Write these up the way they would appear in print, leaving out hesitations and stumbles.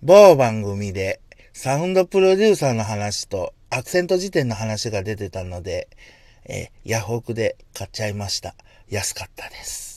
某番組でサウンドプロデューサーの話とアクセント辞典の話が出てたので、ヤフオクで買っちゃいました。安かったです。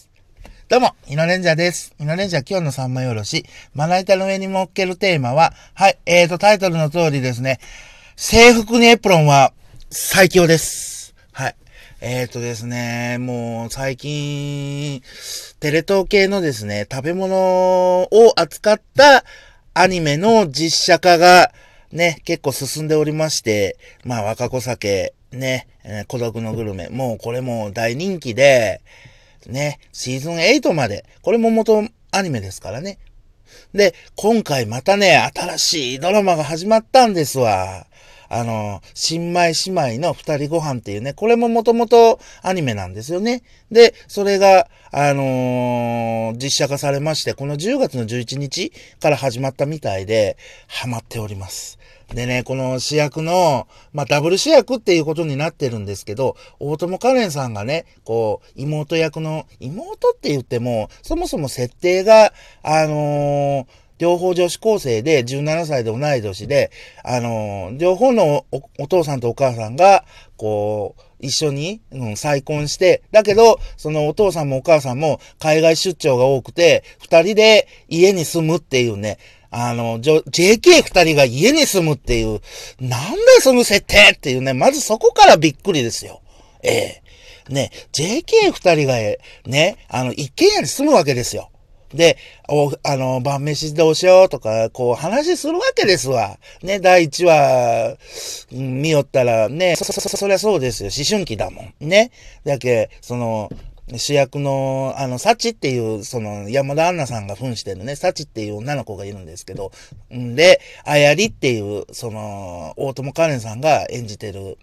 どうも、イノレンジャーです。イノレンジャー今日の三枚おろし、まな板の上に乗っけるテーマは、はい、タイトルの通りですね、制服にエプロンは最強です。はい。ですね、もう最近、テレ東系のですね、食べ物を扱ったアニメの実写化がね、結構進んでおりまして、まあ若子酒、ね、孤独のグルメ、もうこれも大人気で、ね、シーズン8まで、これも元アニメですからね。で、今回またね、新しいドラマが始まったんですわ。新米姉妹の二人ご飯っていうね、これももともとアニメなんですよね。で、それが、実写化されまして、この10月の11日から始まったみたいで、ハマっております。でね、この主役の、まあ、ダブル主役っていうことになってるんですけど、大友花恋さんがね、こう、妹役の、妹って言っても、そもそも設定が、両方女子高生で17歳で同い年で、両方の お父さんとお母さんが、こう、一緒に、再婚して、だけど、そのお父さんもお母さんも海外出張が多くて、二人で家に住むっていうね、JK 二人が家に住むっていう、なんだその設定っていうね、まずそこからびっくりですよ。ね、JK 二人がね、一軒家に住むわけですよ。で、晩飯どうしようとか、こう話するわけですわ。ね、第一話、見よったらね、そりゃそうですよ。思春期だもん。ね。だけ、主役の、サチっていう、山田杏奈さんが扮してるね、サチっていう女の子がいるんですけど、で、あやりっていう、大友花恋さんが演じてる、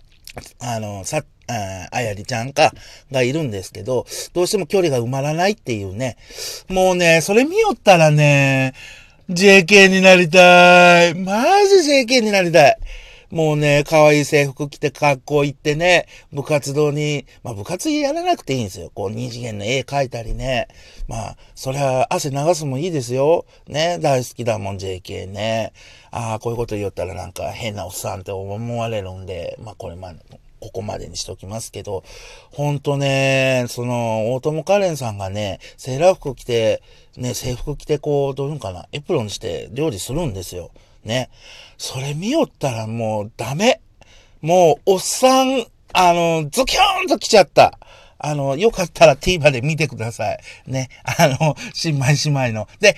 あやりちゃんがいるんですけど、どうしても距離が埋まらないっていうね。もうね、それ見よったらね、JK になりたい。マジ JK になりたい。もうね、可愛い制服着て学校行ってね、部活動に、まあ部活やらなくていいんですよ。こう二次元の絵描いたりね。まあ、そりゃ汗流すもいいですよ。ね、大好きだもん JK ね。ああ、こういうこと言ったらなんか変なおっさんって思われるんで、まあここまでにしときますけど、ほんとね、大友花恋さんがね、セーラー服着て、ね、制服着てこう、どういうのかな、エプロンして料理するんですよ。ね。それ見よったらもうダメ。もう、おっさん、ズキューンと来ちゃった。よかったら TVer で見てください。ね。新米姉妹の。で、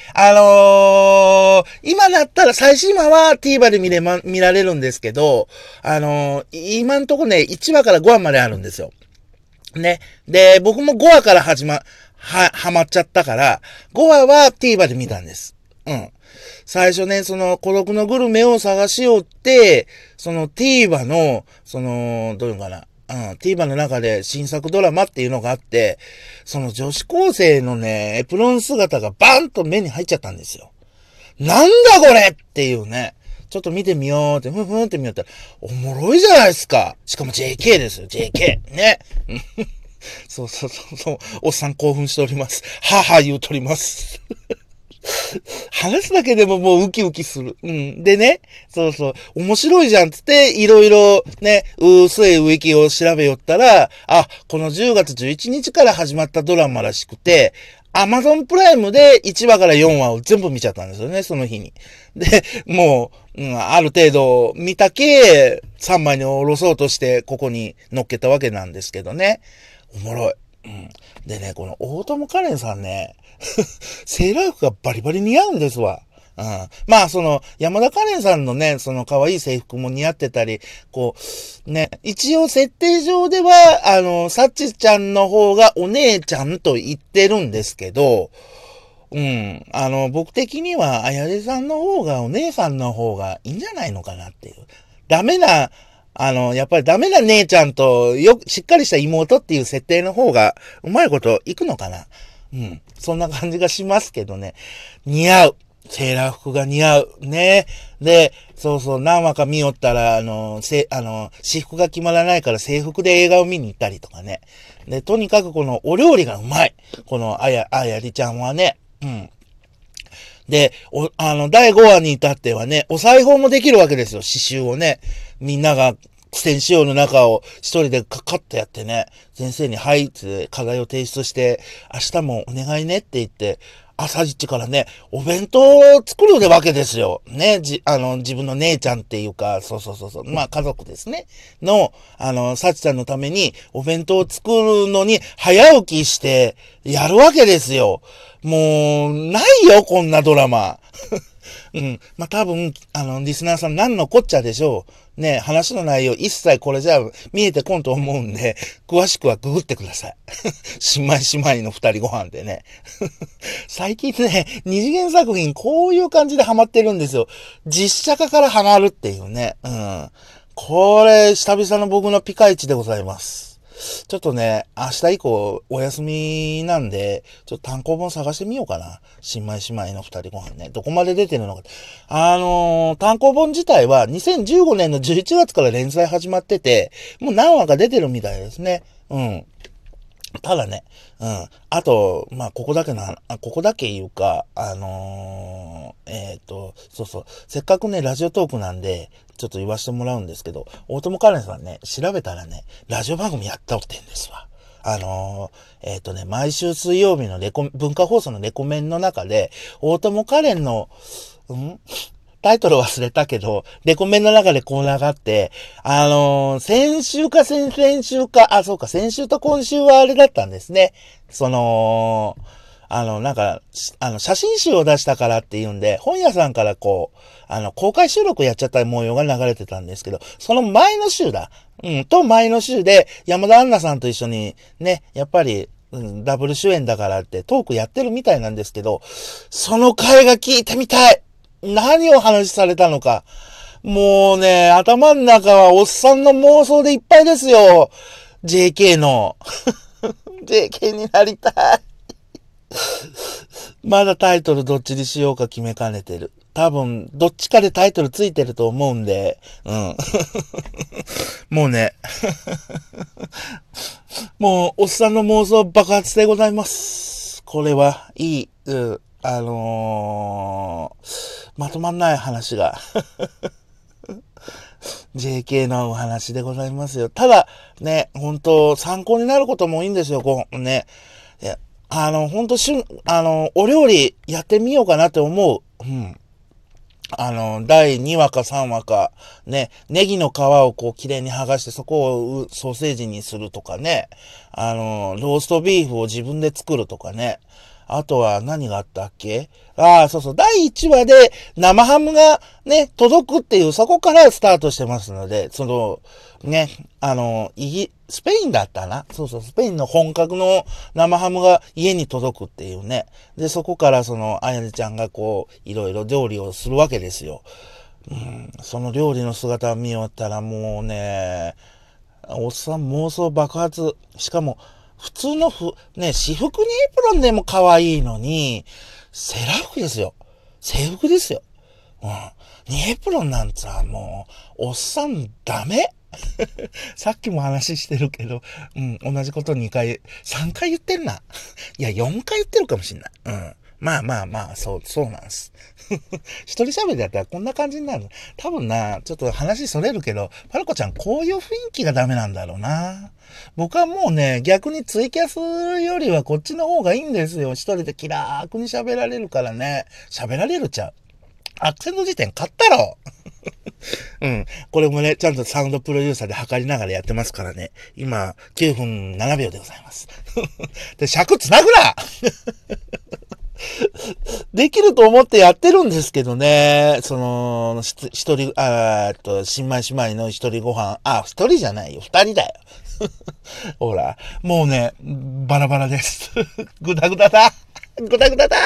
今だったら最新話は TVer で見られるんですけど、今んとこね、1話から5話まであるんですよ。ね。で、僕も5話からはまっちゃったから、5話は TVer で見たんです。うん。最初ね、孤独のグルメを探しよって、TVer の、どういうのかな。TVer の中で新作ドラマっていうのがあって、女子高生のね、エプロン姿がバンと目に入っちゃったんですよ。なんだこれっていうね。ちょっと見てみようって、ふんふんって見よったら、おもろいじゃないですか。しかも JK ですよ、JK。ね。そう。おっさん興奮しております。はは言うとります。話すだけでももうウキウキする。うん。でね、面白いじゃんつって、いろいろね、薄いウィキを調べよったら、あ、この10月11日から始まったドラマらしくて、アマゾンプライムで1話から4話を全部見ちゃったんですよね、その日に。で、もう、ある程度見たけ、3枚に下ろそうとしてここに乗っけたわけなんですけどね。おもろい。うん。でね、この大友花恋さんね、セーラー服がバリバリ似合うんですわ。うん。まあ、山田花恋さんのね、可愛い制服も似合ってたり、こう、ね、一応設定上では、サチちゃんの方がお姉ちゃんと言ってるんですけど、うん。僕的には、あやりさんの方がお姉さんの方がいいんじゃないのかなっていう。ダメな、やっぱりダメな姉ちゃんと、しっかりした妹っていう設定の方が、うまいこといくのかな。うん。そんな感じがしますけどね。似合う。セーラー服が似合う。ね。で、何話か見よったら、私服が決まらないから制服で映画を見に行ったりとかね。で、とにかくこのお料理がうまい。このあやりちゃんはね。うん。 で、第5話に至ってはね、お裁縫もできるわけですよ、刺繍をね。みんなが苦戦しようの中を一人でカッとやってね、先生にはいって課題を提出して、明日もお願いねって言って、朝一からね、お弁当を作るわけですよ。ね、自分の姉ちゃんっていうか、そう。まあ、家族ですね。の、幸ちゃんのためにお弁当を作るのに早起きしてやるわけですよ。もう、ないよ、こんなドラマ。うん。まあ、多分、リスナーさん何のこっちゃでしょう。ね、話の内容一切これじゃ見えてこんと思うんで、詳しくはググってください。姉妹の二人ご飯でね。最近ね、二次元作品こういう感じでハマってるんですよ。実写化からハマるっていうね。うん。これ、久々の僕のピカイチでございます。ちょっとね、明日以降お休みなんで、ちょっと単行本探してみようかな。新米姉妹の二人ご飯ね。どこまで出てるのか。単行本自体は2015年の11月から連載始まってて、もう何話か出てるみたいですね。うん。ただね、うん。あと、まあ、ここだけ言うか、せっかくね、ラジオトークなんで、ちょっと言わせてもらうんですけど、大友カレンさんね、調べたらね、ラジオ番組やったってんですわ。毎週水曜日の文化放送のレコメンの中で、大友カレンの、タイトル忘れたけど、レコメンの中でコーナーがあって、先週か先々週か、先週と今週はあれだったんですね。写真集を出したからっていうんで、本屋さんから公開収録やっちゃった模様が流れてたんですけど、その前の週だ。前の週で、山田杏奈さんと一緒に、ね、やっぱり、ダブル主演だからってトークやってるみたいなんですけど、その回が聞いてみたい。何を話されたのか。もうね、頭の中はおっさんの妄想でいっぱいですよ。JK の。JK になりたい。まだタイトルどっちにしようか決めかねてる。多分、どっちかでタイトルついてると思うんで、もうね、もう、おっさんの妄想爆発でございます。これは、いい、まとまんない話がJK のお話でございますよ。ただ、ね、本当参考になることもいいんですよ、ね。本当お料理やってみようかなって思う。うん。第2話か3話か、ね、ネギの皮をきれいに剥がしてそこをソーセージにするとかね、ローストビーフを自分で作るとかね、あとは何があったっけ？そう。第1話で生ハムがね、届くっていう、そこからスタートしてますので、ね、スペインだったな。スペインの本格の生ハムが家に届くっていうね。で、そこからあやねちゃんがいろいろ料理をするわけですよ。その料理の姿を見終わったらもうね、おっさん妄想爆発。しかも、普通の私服にエプロンでも可愛いのに、セーラー服ですよ。制服ですよ。にエプロンなんつはもう、おっさんダメさっきも話してるけど、同じこと2回、3回言ってんな。いや、4回言ってるかもしんない。まあ、そうなんです。一人喋りだったらこんな感じになる。多分な、ちょっと話それるけど、パルコちゃんこういう雰囲気がダメなんだろうな。僕はもうね、逆にツイキャスよりはこっちの方がいいんですよ。一人で気楽に喋られるからね。喋られるちゃう。アクセント辞典買ったろこれもね、ちゃんとサウンドプロデューサーで測りながらやってますからね。今、9分7秒でございます。で、尺つなぐなできると思ってやってるんですけどね、一人、新米姉妹の一人ご飯、一人じゃないよ、二人だよ。ほら、もうね、バラバラです。ぐだぐだだぐだぐだだ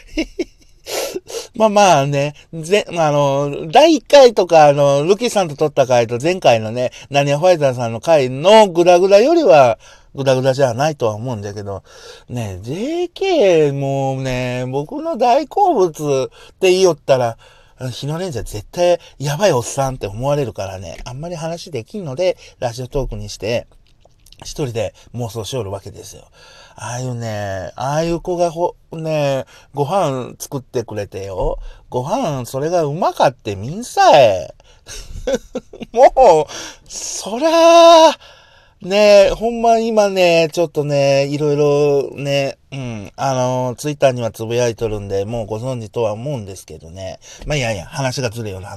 まあね、第1回とか、ルキさんと撮った回と前回のね、ナニアファイターさんの回のグダグダよりは、グダグダじゃないとは思うんだけど、ね、JK もね、僕の大好物って言いよったら、日のレンジャー絶対やばいおっさんって思われるからね、あんまり話できんので、ラジオトークにして、 一人で妄想しおるわけですよ。ああいう子がご飯作ってくれてよ。ご飯、それがうまかってみんさえ。もう、そりゃあ、ほんま今ちょっといろいろツイッターにはつぶやいとるんで、もうご存知とは思うんですけどね。まあ、いやいや、話がずれよる。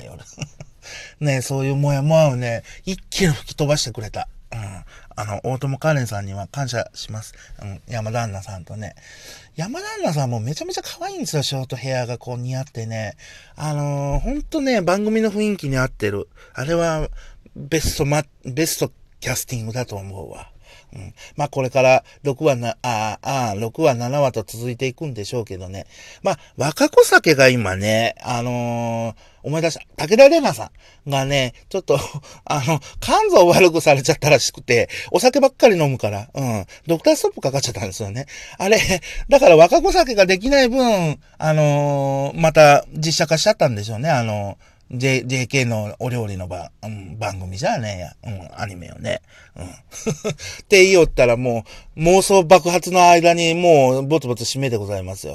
そういうもやもやを一気に吹き飛ばしてくれた。大友カレンさんには感謝します。山田アンナさんとね。山田アンナさんもめちゃめちゃ可愛いんですよ、ショートヘアがこう似合ってね。ほんと番組の雰囲気に合ってる。あれは、ベストキャスティングだと思うわ。まあこれから6話6話7話と続いていくんでしょうけどね。まあ若子酒が今思い出した。武田玲奈さんがちょっと肝臓悪くされちゃったらしくて、お酒ばっかり飲むから、ドクターストップかかっちゃったんですよね。あれ、だから若子酒ができない分、また実写化しちゃったんでしょうね。JK のお料理の番組じゃねえや。アニメをね。って言いよったらもう、妄想爆発の間にもう、ぼつぼつ締めでございますよ。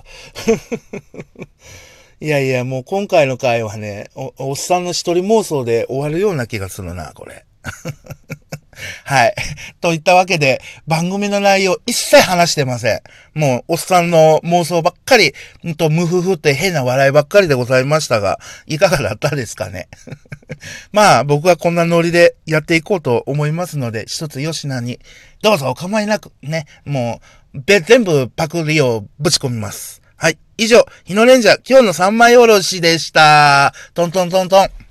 いやいや、もう今回の回はおっさんの一人妄想で終わるような気がするな、これ。はい。といったわけで、番組の内容一切話してません。もう、おっさんの妄想ばっかり、ムフフって変な笑いばっかりでございましたが、いかがだったですかね。まあ、僕はこんなノリでやっていこうと思いますので、一つ吉名に、どうぞお構いなく、もう、全部パクリをぶち込みます。はい。以上、日野レンジャー、今日の三枚おろしでした。トントントントン。